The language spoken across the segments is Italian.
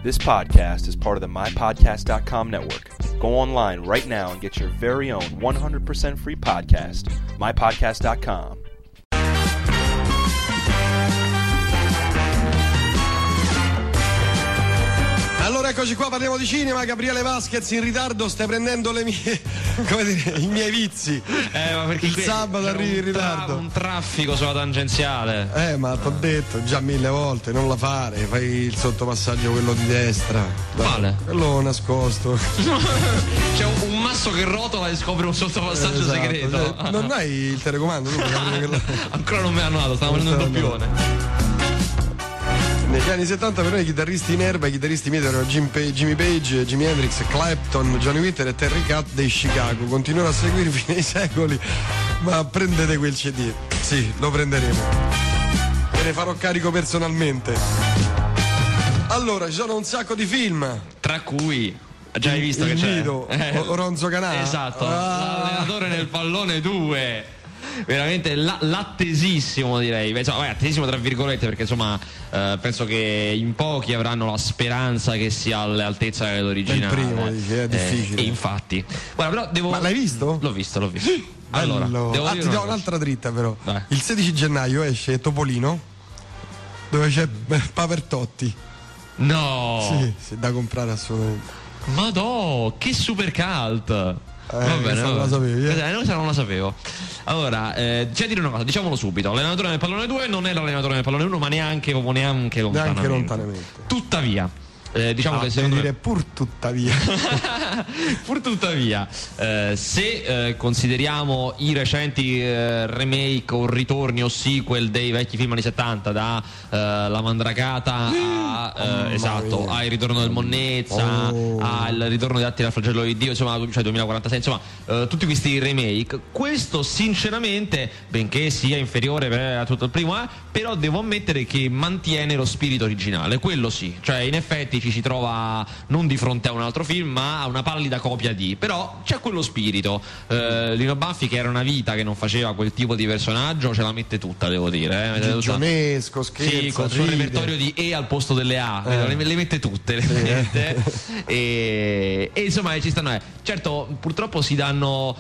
This podcast is part of the MyPodcast.com network. Go online right now and get your very own 100% free podcast, MyPodcast.com. Allora eccoci qua, parliamo di cinema. Gabriele Vasquez in ritardo, stai prendendo le mie, come dire, i miei vizi. Ma perché il sabato arrivi in ritardo. Un traffico sulla tangenziale. Ma t'ho detto già 1000 volte, non la fare, fai il sottopassaggio quello di destra. Quale? Quello nascosto. C'è un masso che rotola e scopre un sottopassaggio segreto. Non hai il telecomando? Ancora non me l'hanno dato, stavo prendendo il doppione. Negli anni 70 per noi i chitarristi in erba, i chitarristi miti erano Jimmy Page, Jimi Hendrix, Clapton, Johnny Winter e Terry Cat dei Chicago. Continuerò a seguirvi nei secoli, ma prendete quel CD. Sì, lo prenderemo. Me ne farò carico personalmente. Allora, ci sono un sacco di film. Tra cui... Già hai visto che c'è? Nido, Ronzo Canà. Esatto, l'allenatore nel pallone 2. Veramente l'attesissimo, direi. Insomma, attesissimo tra virgolette, perché insomma penso che in pochi avranno la speranza che sia all'altezza dell'originale. Il primo, dici, è difficile. E infatti. Guarda, però devo... Ma l'hai visto? L'ho visto. Allora, devo ti do un'altra dritta però. Vai. Il 16 gennaio esce Topolino, dove c'è Papertotti. No! Sì, da comprare assolutamente. Madò, che super cult! Va bene, non la sapevi, non la sapevo. Allora, c'è dire una cosa, diciamolo subito: l'allenatore nel pallone 2 non è l'allenatore nel pallone 1, ma neanche lontanamente. Tuttavia, diciamo che secondo me... pur tuttavia pur tuttavia, se consideriamo i recenti remake o ritorni o sequel dei vecchi film anni 70, da La Mandragata a Il ritorno del Monnezza, al ritorno di Attila al flagello di Dio, insomma, cioè 2046, insomma, tutti questi remake, questo sinceramente, benché sia inferiore a tutto il primo, però devo ammettere che mantiene lo spirito originale, quello sì, cioè in effetti ci si trova non di fronte a un altro film, ma a una pallida copia di, però c'è quello spirito. Lino Banfi, che era una vita che non faceva quel tipo di personaggio, ce la mette tutta, devo dire, Gigionesco, scherzo, sì, col suo repertorio di E al posto delle A, le mette tutte, e insomma ci stanno. Certo, purtroppo si danno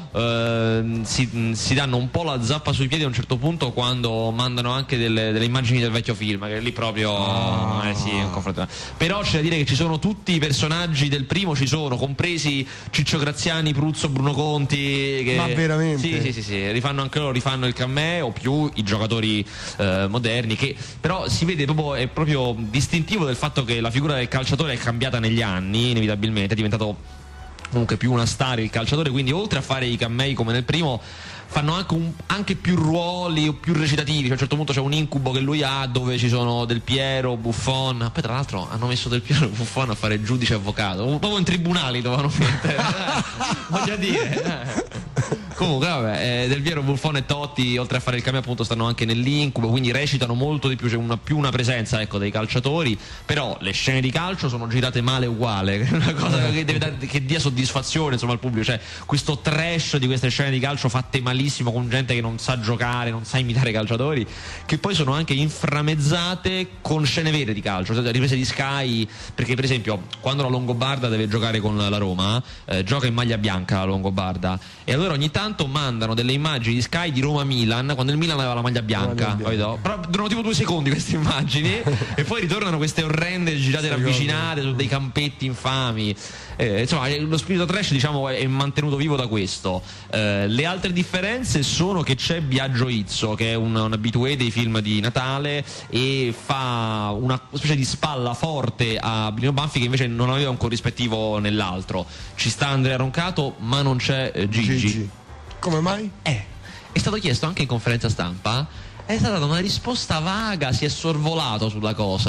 un po' la zappa sui piedi a un certo punto, quando mandano anche delle immagini del vecchio film, che lì proprio un confronto. Però c'è da dire che ci sono tutti i personaggi del primo, ci sono, compresi Ciccio Graziani, Pruzzo, Bruno Conti, che... Ma veramente? Sì, rifanno anche loro, rifanno il cameo, più i giocatori moderni, che però si vede è proprio distintivo del fatto che la figura del calciatore è cambiata negli anni, inevitabilmente, è diventato comunque più una star il calciatore, quindi oltre a fare i camei come nel primo, fanno anche più ruoli o più recitativi. Cioè, a un certo punto c'è un incubo che lui ha, dove ci sono Del Piero, Buffon. Poi tra l'altro hanno messo Del Piero e Buffon a fare giudice e avvocato, proprio in tribunali dovevano mettere. Voglio dire, comunque vabbè, Del Piero, Buffon e Totti, oltre a fare il cameo, appunto stanno anche nell'incubo, quindi recitano molto di più, c'è una presenza, ecco, dei calciatori. Però le scene di calcio sono girate male uguale, che è una cosa che dia soddisfazione, insomma, al pubblico. Cioè, questo trash di queste scene di calcio fatte malissimo, con gente che non sa giocare, non sa imitare i calciatori, che poi sono anche inframmezzate con scene vere di calcio, cioè riprese di Sky, perché per esempio quando la Longobarda deve giocare con la Roma, gioca in maglia bianca la Longobarda, e allora ogni tanto mandano delle immagini di Sky di Roma-Milan, quando il Milan aveva la maglia bianca. Però durano tipo 2 secondi queste immagini e poi ritornano queste orrende girate ravvicinate su dei campetti infami. Insomma, lo spirito trash, diciamo, è mantenuto vivo da questo. Le altre differenze sono che c'è Biagio Izzo, che è un abitué dei film di Natale, e fa una specie di spalla forte a Lino Banfi, che invece non aveva un corrispettivo nell'altro. Ci sta Andrea Roncato, ma non c'è Gigi. Come mai? È stato chiesto anche in conferenza stampa, è stata data una risposta vaga, si è sorvolato sulla cosa,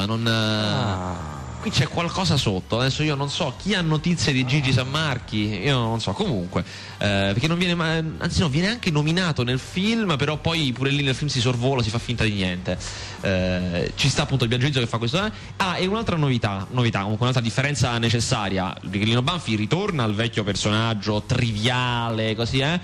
qui c'è qualcosa sotto. Adesso io non so chi ha notizie di Gigi Sammarchi, io non so, comunque perché non viene anzi no, viene anche nominato nel film, però poi pure lì nel film si sorvola, si fa finta di niente. Ci sta appunto il Biagio Izzo che fa questo, e un'altra novità, comunque un'altra differenza necessaria, perché Lino Banfi ritorna al vecchio personaggio triviale, così,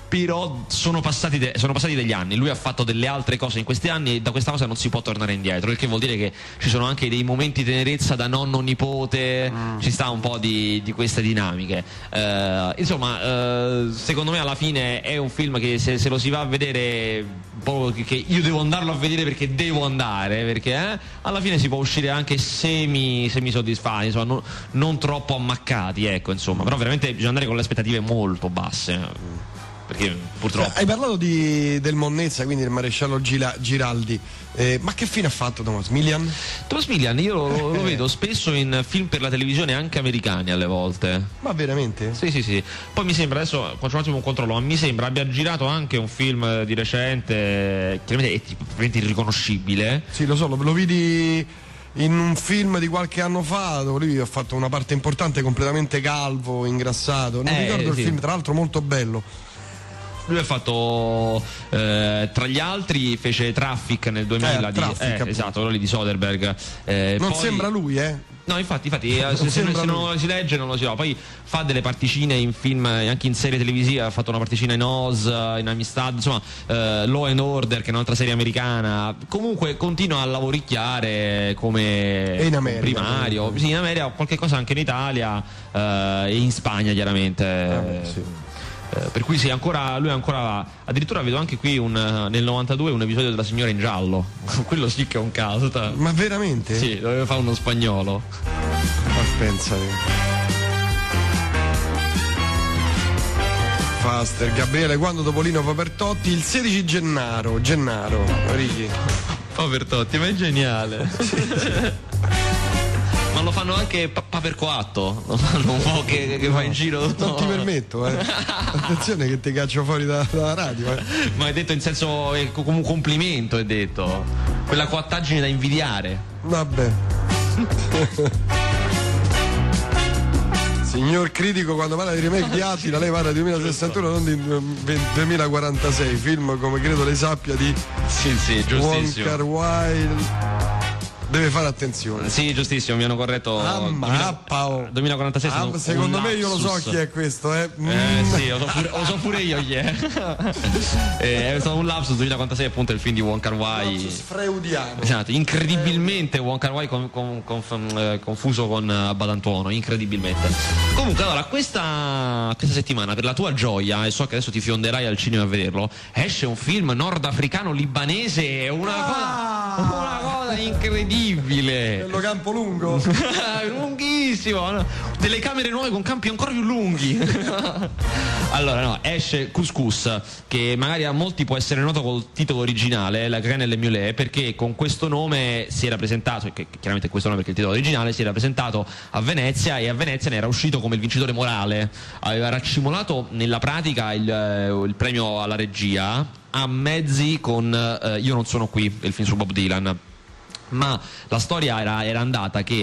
però sono passati degli anni, lui ha fatto delle altre cose in questi anni e da questa cosa non si può tornare indietro, il che vuol dire che ci sono anche dei momenti di tenerezza da nonno nipote, ci sta un po' di queste dinamiche, insomma, secondo me alla fine è un film che se lo si va a vedere, che io devo andarlo a vedere perché devo andare, perché alla fine si può uscire anche semi soddisfatti, insomma, non troppo ammaccati, ecco, insomma, però veramente bisogna andare con le aspettative molto basse, perché purtroppo. Hai parlato del Monnezza, quindi del maresciallo Giraldi, ma che fine ha fatto Thomas Milian? Thomas Milian io lo vedo spesso in film per la televisione, anche americani alle volte. Ma veramente? Sì. Poi mi sembra, adesso faccio un attimo un controllo, ma mi sembra abbia girato anche un film di recente, chiaramente è tipicamente irriconoscibile. Sì, lo so, lo vidi in un film di qualche anno fa dove lui ha fatto una parte importante, completamente calvo, ingrassato, non ricordo il film, tra l'altro molto bello. Lui ha fatto, tra gli altri, fece Traffic nel 2000 esatto, quello lì di Soderbergh. Non poi sembra lui, No, infatti se non si legge non lo si va. Poi fa delle particine in film, anche in serie televisive, ha fatto una particina in Oz, in Amistad, insomma, Law and Order, che è un'altra serie americana. Comunque continua a lavoricchiare come in America, primario. Sì, in America, qualche cosa anche in Italia e in Spagna, chiaramente. Sì. Per cui lui è ancora, addirittura vedo anche qui nel 92 un episodio della Signora in giallo. Quello sì che è un caso. Ma veramente? Sì, dove fa uno spagnolo. Ma pensate. Faster, Gabriele, quando Topolino Papertotti? Il 16 Gennaro, Righi. Papertotti, ma è geniale. Ma lo fanno anche Papercoatto, lo fanno un po' che va in giro tutto. Non ti permetto, attenzione che ti caccio fuori dalla radio. Ma è detto in senso come un complimento, è detto. Quella coattaggine da invidiare. Vabbè. Signor critico, quando parla di remake di Attila, lei parla di 2061, non di 2046. Film, come credo lei sappia, di sì, giustissimo. Wong Kar-wai. Deve fare attenzione. Sì, giustissimo, mi hanno corretto. 2046. Secondo me io lo so chi è questo, Sì, lo so pure io chi è. È stato un lapsus. 2046 appunto è il film di Wong Kar-wai. Lapsus freudiano. Esatto, incredibilmente Wong Kar-wai confuso con Badantuono, incredibilmente. Comunque, allora, questa settimana, per la tua gioia, e so che adesso ti fionderai al cinema a vederlo, esce un film nordafricano-libanese, una cosa incredibile. Bello campo lungo. Lunghissimo, no? Delle camere nuove con campi ancora più lunghi. Allora, no, esce Couscous, che magari a molti può essere noto col titolo originale, La Graine et le Mulets, perché con questo nome si era presentato, che chiaramente questo nome perché il titolo originale, si era presentato a Venezia, e a Venezia ne era uscito come il vincitore morale. Aveva raccimolato nella pratica il premio alla regia a mezzi con Io non sono qui, il film su Bob Dylan. Ma la storia era andata che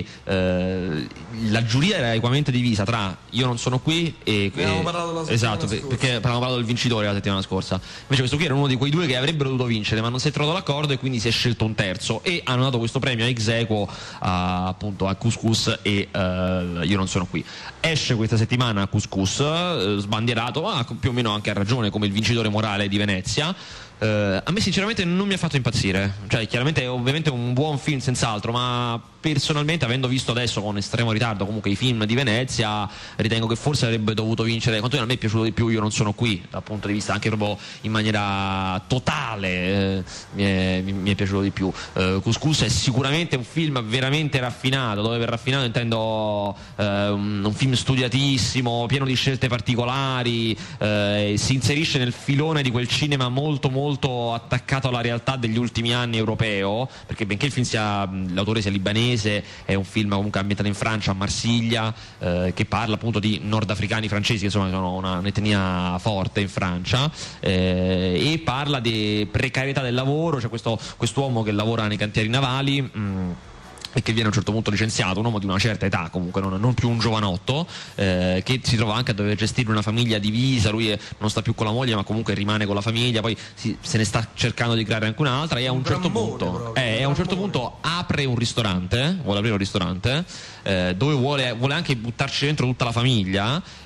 la giuria era equamente divisa tra Io non sono qui e abbiamo parlato la settimana scorsa. Perché avevamo parlato del vincitore la settimana scorsa. Invece questo qui era uno di quei due che avrebbero dovuto vincere, ma non si è trovato l'accordo e quindi si è scelto un terzo, e hanno dato questo premio a ex aequo appunto a Couscous e Io non sono qui. Esce questa settimana Couscous, sbandierato, più o meno anche a ragione, come il vincitore morale di Venezia. A me sinceramente non mi ha fatto impazzire, cioè chiaramente è ovviamente un buon film senz'altro, ma personalmente, avendo visto adesso con estremo ritardo comunque i film di Venezia, ritengo che forse avrebbe dovuto vincere. Quanto a me è piaciuto di più Io non sono qui, dal punto di vista anche proprio in maniera totale, mi è piaciuto di più. Couscous è sicuramente un film veramente raffinato, dove per raffinato intendo un film studiatissimo, pieno di scelte particolari, si inserisce nel filone di quel cinema molto attaccato alla realtà degli ultimi anni europeo, perché benché il film l'autore sia libanese, è un film comunque ambientato in Francia, a Marsiglia, che parla appunto di nordafricani francesi, che insomma sono un'etnia forte in Francia, e parla di precarietà del lavoro. C'è quest'uomo che lavora nei cantieri navali, e che viene a un certo punto licenziato, un uomo di una certa età comunque, non più un giovanotto, che si trova anche a dover gestire una famiglia divisa. Lui non sta più con la moglie, ma comunque rimane con la famiglia, poi se ne sta cercando di creare anche un'altra, e a un certo punto apre un ristorante, vuole aprire un ristorante, dove vuole anche buttarci dentro tutta la famiglia,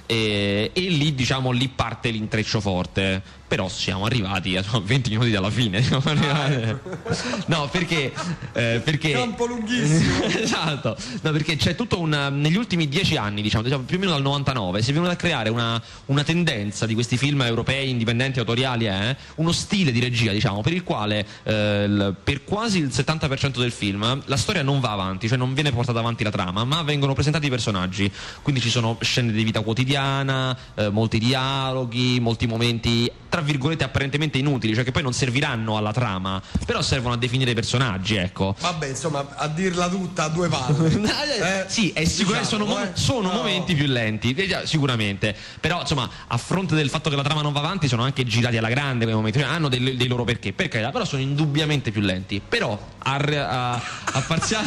e lì diciamo lì parte l'intreccio forte, però siamo arrivati a 20 minuti dalla fine. No, perché campo lunghissimo. Esatto, no, perché c'è tutto negli ultimi 10 anni, diciamo più o meno dal 99 si è venuta a creare una tendenza di questi film europei indipendenti autoriali, uno stile di regia, diciamo, per il quale per quasi il 70% del film la storia non va avanti, cioè non viene portata avanti la trama, ma vengono presentati i personaggi, quindi ci sono scene di vita quotidiana, molti dialoghi, molti momenti tra virgolette apparentemente inutili, cioè che poi non serviranno alla trama, però servono a definire i personaggi, ecco. Vabbè, insomma, a dirla tutta a due palle. Sì, è sicuramente sono momenti più lenti, sicuramente, però insomma, a fronte del fatto che la trama non va avanti, sono anche girati alla grande quei momenti, cioè, hanno dei loro perché, per carità, però sono indubbiamente più lenti. Però a parziale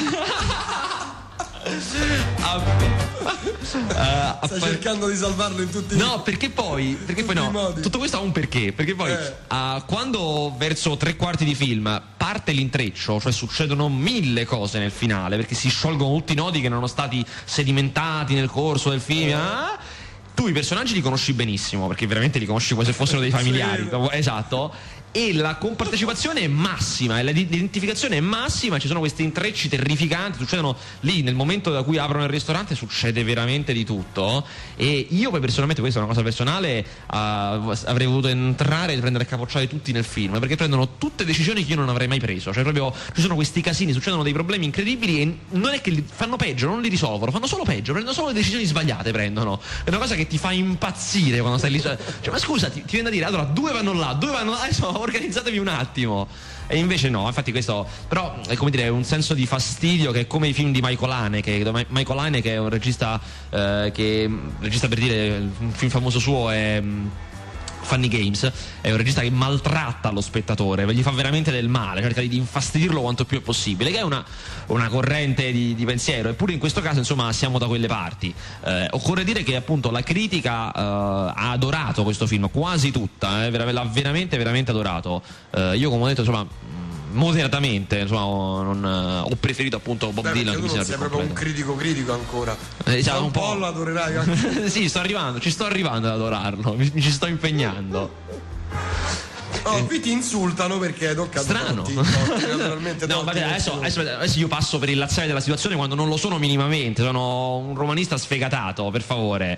Stai cercando di salvarlo in tutti perché poi no, modi. tutto questo ha un perché poi quando verso 3/4 di film parte l'intreccio, cioè succedono 1000 cose nel finale, perché si sciolgono tutti i nodi che erano stati sedimentati nel corso del film. Tu i personaggi li conosci benissimo, perché veramente li conosci come se fossero dei familiari. Esatto. E la compartecipazione è massima, e l'identificazione è massima, ci sono questi intrecci terrificanti, succedono lì nel momento da cui aprono il ristorante, succede veramente di tutto, e io poi personalmente, questa è una cosa personale, avrei voluto entrare e prendere a capocciare tutti nel film, perché prendono tutte decisioni che io non avrei mai preso, cioè proprio ci sono questi casini, succedono dei problemi incredibili e non è che li fanno peggio, non li risolvono, fanno solo peggio, prendono solo le decisioni sbagliate, è una cosa che ti fa impazzire quando stai lì, cioè, ma scusa, ti viene da dire, allora 2 vanno là, 2 vanno là, insomma, organizzatevi un attimo. E invece no, infatti questo però è come dire, un senso di fastidio che è come i film di Michael Haneke, che è un regista per dire, un film famoso suo è Funny Games, è un regista che maltratta lo spettatore, gli fa veramente del male, cerca di infastidirlo quanto più è possibile, che è una corrente di pensiero, eppure in questo caso insomma siamo da quelle parti. Occorre dire che appunto la critica ha adorato questo film, quasi tutta, l'ha veramente veramente adorato. Io, come ho detto, insomma, moderatamente, insomma, ho preferito appunto Bob Dylan. Tu non sei proprio un critico ancora. Un po' lo adorerai anche. Sì, ci sto arrivando ad adorarlo, mi ci sto impegnando. Qui ti insultano perché hai toccato strano. Naturalmente. No, vabbè, adesso io passo per il laziale della situazione quando non lo sono minimamente, sono un romanista sfegatato, per favore.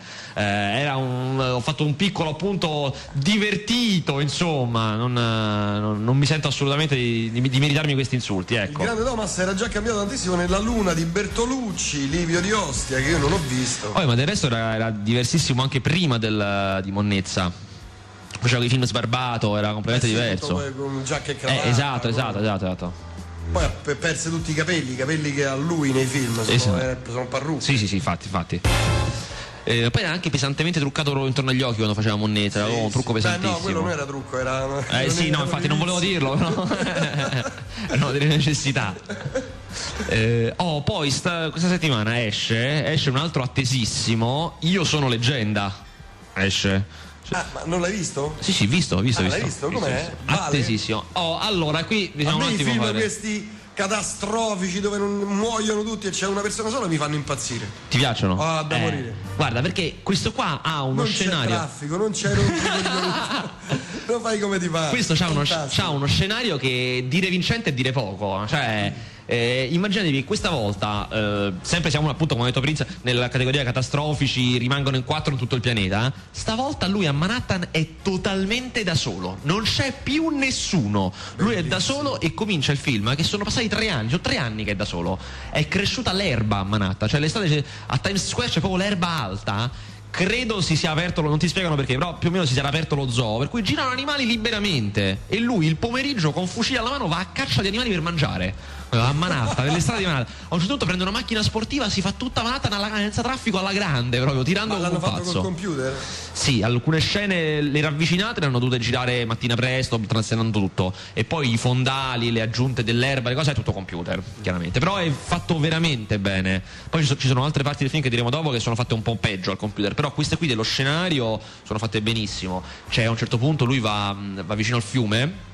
Ho fatto un piccolo appunto divertito, insomma, non mi sento assolutamente di meritarmi questi insulti, ecco. Il grande Thomas era già cambiato tantissimo nella Luna di Bertolucci, Livio di Ostia, che io non ho visto. Ma del resto era diversissimo anche prima di Monnezza. Faceva i film Sbarbato, era completamente diverso. Con giacca e cravatta. Esatto. Poi ha perso tutti i capelli che ha lui nei film, sono parrucche. Sì, infatti. Poi era anche pesantemente truccato intorno agli occhi quando faceva Monnezza, era un trucco pesantissimo. No, quello non era trucco, era. Infatti non volevo dirlo, però. Erano delle necessità. Poi questa settimana esce un altro attesissimo, Io sono leggenda. Esce. Ma non l'hai visto? Sì, visto. L'hai visto? Com'è? Vale? Attesissimo. Allora qui diciamo un attimo. I film questi catastrofici dove non muoiono tutti e c'è una persona sola mi fanno impazzire. Ti piacciono? Da morire. Guarda, perché questo qua ha uno scenario. Non c'è traffico, non c'è non fai come ti pare. Questo c'ha uno scenario che dire vincente è dire poco, cioè. Immaginatevi questa volta sempre siamo appunto, come ha detto Prince, nella categoria catastrofici, rimangono in 4 in tutto il pianeta. Stavolta lui a Manhattan è totalmente da solo, non c'è più nessuno, lui è da solo e comincia il film che sono passati 3 anni, sono 3 anni che è da solo, è cresciuta l'erba a Manhattan, cioè l'estate a Times Square c'è proprio l'erba alta. Credo si sia aperto, non ti spiegano perché, però più o meno si sarà aperto lo zoo, per cui girano animali liberamente e lui il pomeriggio con fucile alla mano va a caccia di animali per mangiare a Manhattan, nelle strade di Manhattan. A un certo punto prende una macchina sportiva, si fa tutta Manhattan senza traffico alla grande, proprio tirando come un pazzo. Ma l'hanno fatto col computer? Sì, alcune scene le ravvicinate le hanno dovute girare mattina presto, trascinando tutto, e poi i fondali, le aggiunte dell'erba, le cose è tutto computer, chiaramente, però è fatto veramente bene. Poi ci sono altre parti del film che diremo dopo che sono fatte un po' peggio al computer, però queste qui dello scenario sono fatte benissimo. Cioè a un certo punto lui va vicino al fiume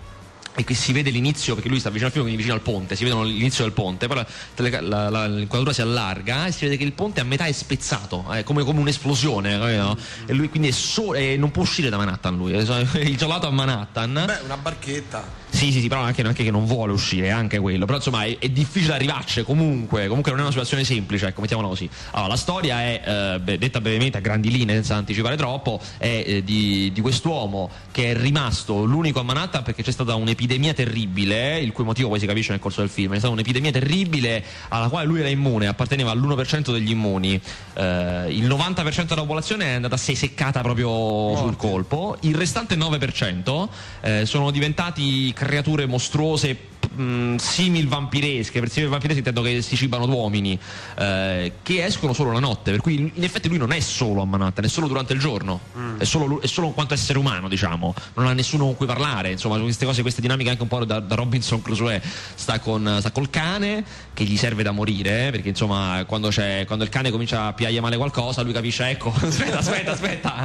e che si vede l'inizio, perché lui sta vicino al fiume, quindi vicino al ponte, si vedono l'inizio del ponte, poi l'inquadratura si allarga e si vede che il ponte a metà è spezzato, come un'esplosione, no? E lui quindi non può uscire da Manhattan, lui è isolato a Manhattan. Beh, una barchetta. Sì, però anche che non vuole uscire, anche quello. Però insomma è difficile arrivarci comunque non è una situazione semplice, ecco, mettiamola così. Allora, la storia è, detta brevemente, a grandi linee, senza anticipare troppo, è di quest'uomo che è rimasto l'unico a Manhattan perché c'è stata un'epidemia terribile, il cui motivo poi si capisce nel corso del film. È stata un'epidemia terribile alla quale lui era immune, apparteneva all'1% degli immuni. Il 90% della popolazione è andata seccata proprio sul colpo, il restante 9% sono diventati creature mostruose, simil vampiresche. Per simil vampireschi intendo che si cibano d'uomini, che escono solo la notte, per cui in effetti lui non è solo a Manhattan, è solo durante il giorno, è solo in quanto essere umano, diciamo, non ha nessuno con cui parlare, insomma, queste cose, queste dinamiche anche un po' da Robinson Crusoe. Sta col cane che gli serve da morire, perché insomma quando il cane comincia a pigliare male qualcosa lui capisce, ecco, aspetta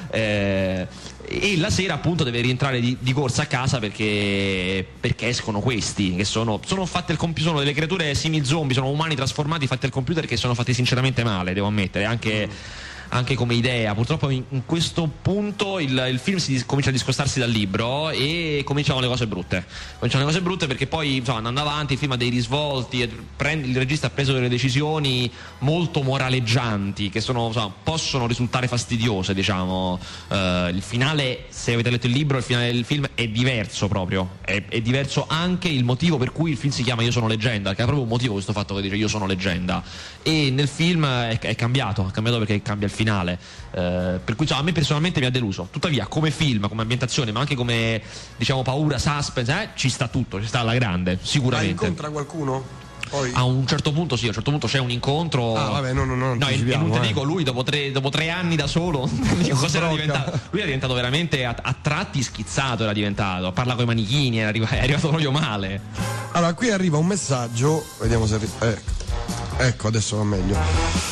e la sera appunto deve rientrare di corsa a casa perché escono questi che sono fatti al computer, sono delle creature simili zombie, sono umani trasformati fatti al computer, che sono fatti sinceramente male, devo ammettere, anche come idea. Purtroppo in questo punto il film comincia a discostarsi dal libro e cominciano le cose brutte perché poi insomma, andando avanti il film ha dei risvolti, il regista ha preso delle decisioni molto moraleggianti che possono risultare fastidiose, diciamo. Il finale, se avete letto il libro, il finale del film è diverso proprio, è diverso anche il motivo per cui il film si chiama Io sono leggenda, che ha proprio un motivo questo fatto che dice Io sono leggenda, e nel film è cambiato perché cambia il finale, per cui a me personalmente mi ha deluso. Tuttavia come film, come ambientazione, ma anche come, diciamo, paura, suspense, ci sta tutto, ci sta alla grande, sicuramente. Ma incontra qualcuno? Poi... A un certo punto c'è un incontro. Vabbè, no, e non te dico, lui dopo tre anni da solo cosa era diventato? Lui era diventato veramente a tratti schizzato, era diventato, parla coi manichini, è arrivato proprio male. Allora, qui arriva un messaggio, vediamo se ecco, adesso va meglio.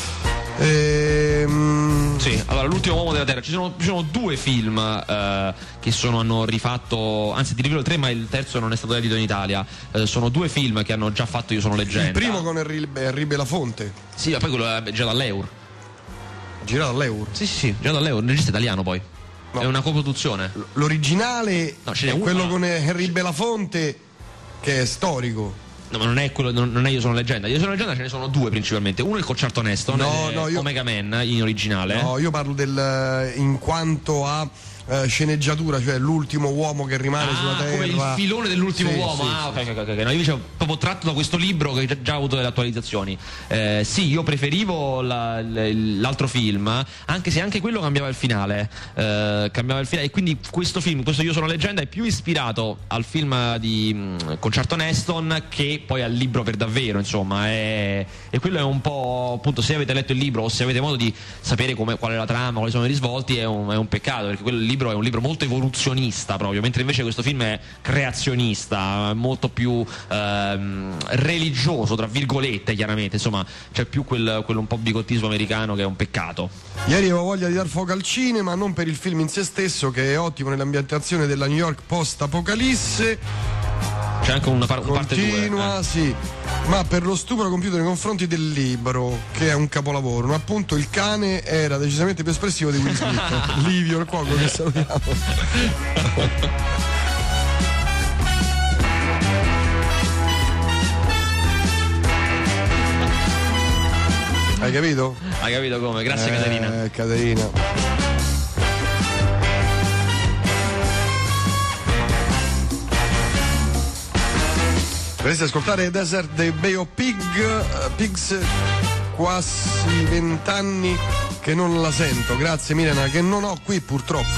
Sì, allora, L'ultimo uomo della Terra, ci sono due film che hanno rifatto, anzi ti rivelo il 3, ma il terzo non è stato edito in Italia. Sono due film che hanno già fatto Io sono leggenda. Il primo con Henri Belafonte. Sì, ma poi quello è girato all'Eur. Girato all'Eur? Sì, girato all'Eur, un regista italiano poi. No. È una coproduzione. L'originale è quello con Henri Belafonte, che è storico. No, ma non è quello, non è Io sono leggenda. Io sono leggenda ce ne sono due principalmente. Uno è il Concerto Neston, Omega Man in originale. No, io parlo in quanto a sceneggiatura, cioè l'ultimo uomo che rimane sulla Terra. Come il filone dell'ultimo uomo. Ok. No, io invece proprio tratto da questo libro che ha già avuto delle attualizzazioni. Sì, io preferivo l'altro film, anche se anche quello cambiava il finale. E quindi questo Io sono leggenda è più ispirato al film di Concerto Neston che poi al libro per davvero, insomma. E quello è un po', appunto, se avete letto il libro o se avete modo di sapere qual è la trama, quali sono i risvolti, è un peccato, perché quello libro è un libro molto evoluzionista proprio, mentre invece questo film è creazionista, molto più religioso, tra virgolette, chiaramente, insomma c'è più quello un po' bigottismo americano che è un peccato. Ieri avevo voglia di dar fuoco al cinema, non per il film in se stesso, che è ottimo nell'ambientazione della New York post-apocalisse. C'è anche una parte 2. Continua, sì, ma per lo stupro compiuto nei confronti del libro, che è un capolavoro. Ma appunto il cane era decisamente più espressivo di Will Smith. Livio, il cuoco, che salutiamo. Hai capito? Hai capito come? Grazie Caterina. Caterina. Dovreste ascoltare Desert dei Bay of Pigs, quasi 20 anni che non la sento. Grazie Milena, che non ho qui purtroppo.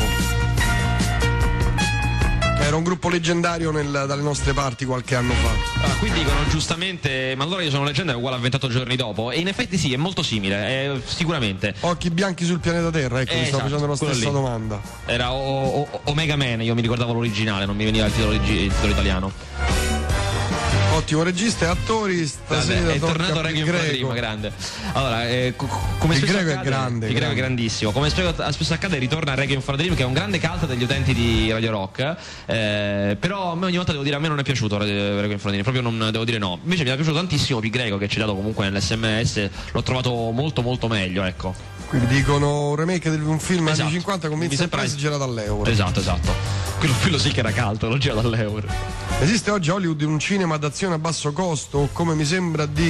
Era un gruppo leggendario dalle nostre parti qualche anno fa. Qui dicono giustamente, ma allora Io sono leggenda è uguale a 28 giorni dopo. E in effetti sì, è molto simile, sicuramente. Occhi bianchi sul pianeta Terra, ecco, mi stavo facendo la stessa domanda. Era Omega Man, io mi ricordavo l'originale, non mi veniva il titolo italiano. Ottimo regista e attori, stasera è tornato Requiem for a Dream, grande. Allora, come il spesso greco accade, è grande. Il greco è grandissimo. Come spesso accade, ritorna Requiem for a Dream, che è un grande cult degli utenti di Radio Rock. Però a me ogni volta devo dire, a me non è piaciuto Requiem for a Dream, proprio non devo dire no. Invece mi è piaciuto tantissimo Pi Greco, che ci ha dato comunque nell'SMS, l'ho trovato molto molto meglio, ecco. Quindi dicono un remake di un film Esatto. anni 50 con Vincent Price girato all'euro. Esatto. Quello sì che era caldo, lo girato all'euro. Esiste oggi a Hollywood un cinema d'azione a basso costo, come mi sembra di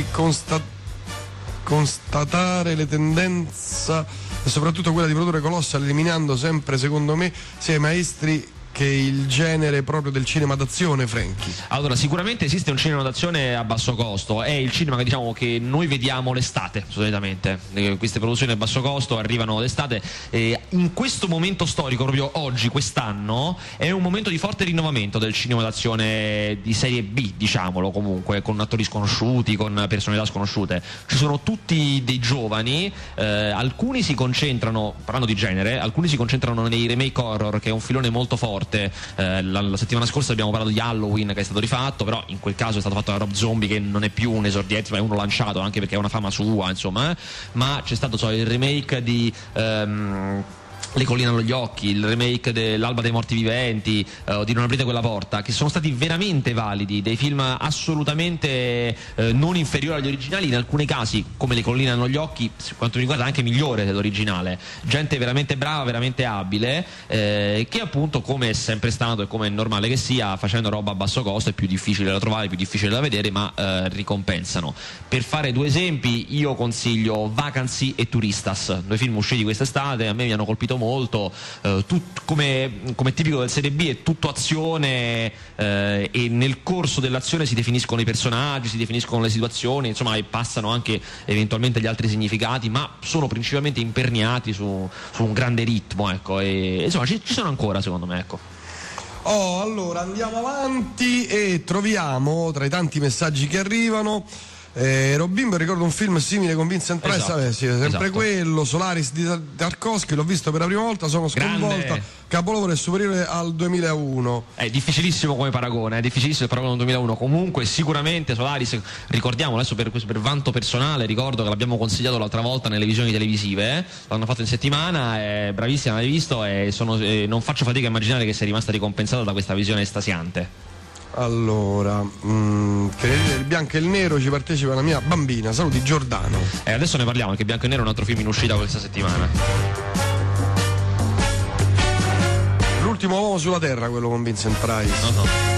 constatare le tendenze e soprattutto quella di produrre Colossal, eliminando sempre, secondo me, sia i maestri che il genere proprio del cinema d'azione, Franky? Allora, sicuramente esiste un cinema d'azione a basso costo, è il cinema che diciamo che noi vediamo l'estate solitamente. Queste produzioni a basso costo arrivano l'estate, in questo momento storico, proprio oggi, quest'anno, è un momento di forte rinnovamento del cinema d'azione di serie B, diciamolo, comunque, con attori sconosciuti, con personalità sconosciute. Ci sono tutti dei giovani, alcuni si concentrano, parlando di genere, alcuni si concentrano nei remake horror, che è un filone molto forte. La settimana scorsa abbiamo parlato di Halloween, che è stato rifatto, però in quel caso è stato fatto da Rob Zombie, che non è più un esordiente, ma è uno lanciato, anche perché ha una fama sua, insomma. Ma c'è stato il remake di Le colline agli occhi, il remake dell'Alba dei morti viventi, di Non aprite quella porta, che sono stati veramente validi, dei film assolutamente non inferiori agli originali, in alcuni casi, come Le colline hanno gli occhi, per quanto mi riguarda anche migliore dell'originale. Gente veramente brava, veramente abile, che appunto, come è sempre stato e come è normale che sia, facendo roba a basso costo è più difficile da trovare, più difficile da vedere, ma ricompensano. Per fare due esempi, io consiglio Vacancy e Turistas, due film usciti quest'estate, a me mi hanno colpito molto, come tipico del serie B è tutto azione, e nel corso dell'azione si definiscono i personaggi, si definiscono le situazioni, insomma, e passano anche eventualmente gli altri significati, ma sono principalmente imperniati su un grande ritmo, ecco, e insomma ci sono ancora, secondo me, ecco. Allora andiamo avanti e troviamo tra i tanti messaggi che arrivano Robimbo, ricordo un film simile con Vincent Price, esatto, sì, sempre esatto. Quello, Solaris di Tarkovsky, l'ho visto per la prima volta, sono sconvolta. Grande. Capolavoro, è superiore al 2001. È difficilissimo come paragone, è difficilissimo il paragone al 2001. Comunque sicuramente Solaris, ricordiamo adesso per vanto personale, ricordo che l'abbiamo consigliato l'altra volta nelle visioni televisive, l'hanno fatto in settimana, è bravissima, l'hai visto, e non faccio fatica a immaginare che sia rimasta ricompensata da questa visione estasiante. Allora, il bianco e il nero ci partecipa la mia bambina. Saluti Giordano. Adesso ne parliamo, perché Bianco e Nero è un altro film in uscita questa settimana. L'ultimo uomo sulla terra, quello con Vincent Price. No.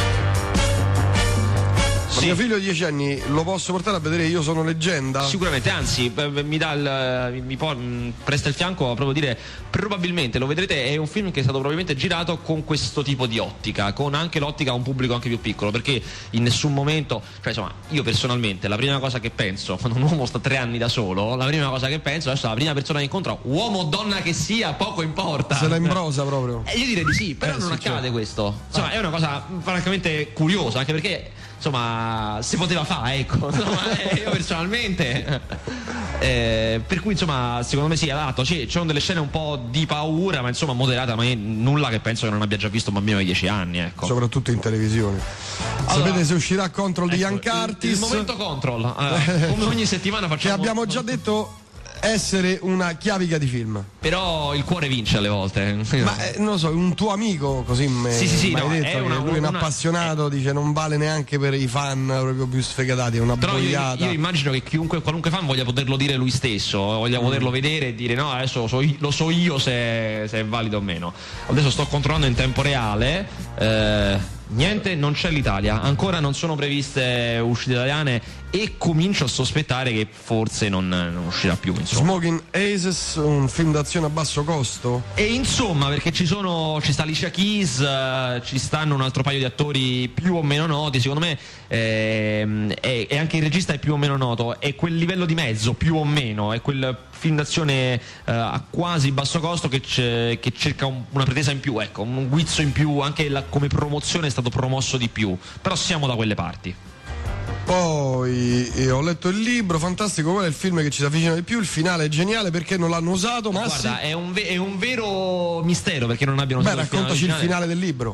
Ma mio figlio di 10 anni lo posso portare a vedere Io sono leggenda? Sicuramente, anzi mi presta il fianco a proprio dire, probabilmente lo vedrete, è un film che è stato probabilmente girato con questo tipo di ottica, con anche l'ottica a un pubblico anche più piccolo, perché in nessun momento, cioè insomma, io personalmente la prima cosa che penso quando un uomo sta 3 anni da solo, la prima cosa che penso, adesso la prima persona che incontro, uomo o donna che sia, poco importa, se la imbrosa proprio. Io direi di sì, però non accade, certo. Questo insomma è una cosa francamente curiosa, anche perché insomma si poteva fare, ecco, insomma, io personalmente per cui insomma secondo me sì, adatto, ci sono delle scene un po' di paura, ma insomma moderata, ma nulla che penso che non abbia già visto un bambino di 10 anni, ecco. Soprattutto in televisione. Allora, sapete se uscirà Control di Ian Curtis? Il momento Control, come ogni settimana facciamo, che abbiamo già detto essere una chiavica di film, però il cuore vince alle volte. Ma non lo so, un tuo amico così sì, mi no, hai detto, lui è un appassionato, dice non vale neanche per i fan proprio più sfegatati, è una boiata. Io immagino che qualunque fan voglia poterlo dire lui stesso, voglia poterlo vedere e dire no, adesso lo so io se è valido o meno. Adesso sto controllando in tempo reale, niente, non c'è l'Italia, ancora non sono previste uscite italiane, e comincio a sospettare che forse non uscirà più, insomma. Smoking Aces, un film d'azione a basso costo? E insomma, perché ci sta Alicia Keys, ci stanno un altro paio di attori più o meno noti, secondo me, e anche il regista è più o meno noto, è quel livello di mezzo, più o meno, è quel film d'azione a quasi basso costo che cerca una pretesa in più, ecco, un guizzo in più, anche come promozione è stato promosso di più, però siamo da quelle parti. Poi ho letto il libro, fantastico, quello è il film che ci si avvicina di più, il finale è geniale, perché non l'hanno usato, ma guarda, è un vero mistero perché non abbiano usato. Raccontaci il finale del libro.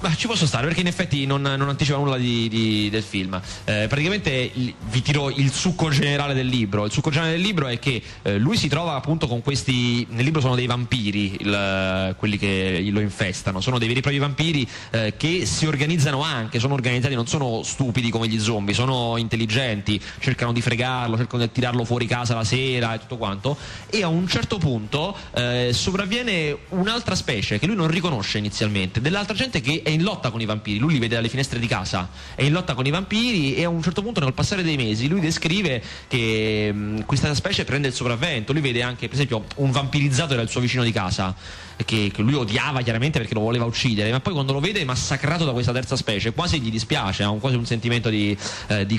Ma ci posso stare, perché in effetti non anticipa nulla del film. Praticamente vi tiro il succo generale del libro. Il succo generale del libro è che lui si trova appunto con questi. Nel libro sono dei vampiri, quelli che lo infestano. Sono dei veri e propri vampiri che si organizzano anche, sono organizzati, non sono stupidi come gli zombie, sono intelligenti, cercano di fregarlo, cercano di tirarlo fuori casa la sera e tutto quanto. E a un certo punto sopravviene un'altra specie che lui non riconosce inizialmente, dell'altra gente che è in lotta con i vampiri. Lui li vede dalle finestre di casa, è in lotta con i vampiri, e a un certo punto, nel passare dei mesi, lui descrive che questa specie prende il sopravvento. Lui vede anche, per esempio, un vampirizzato era il suo vicino di casa, che lui odiava chiaramente perché lo voleva uccidere, ma poi quando lo vede massacrato da questa terza specie quasi gli dispiace, ha quasi un sentimento di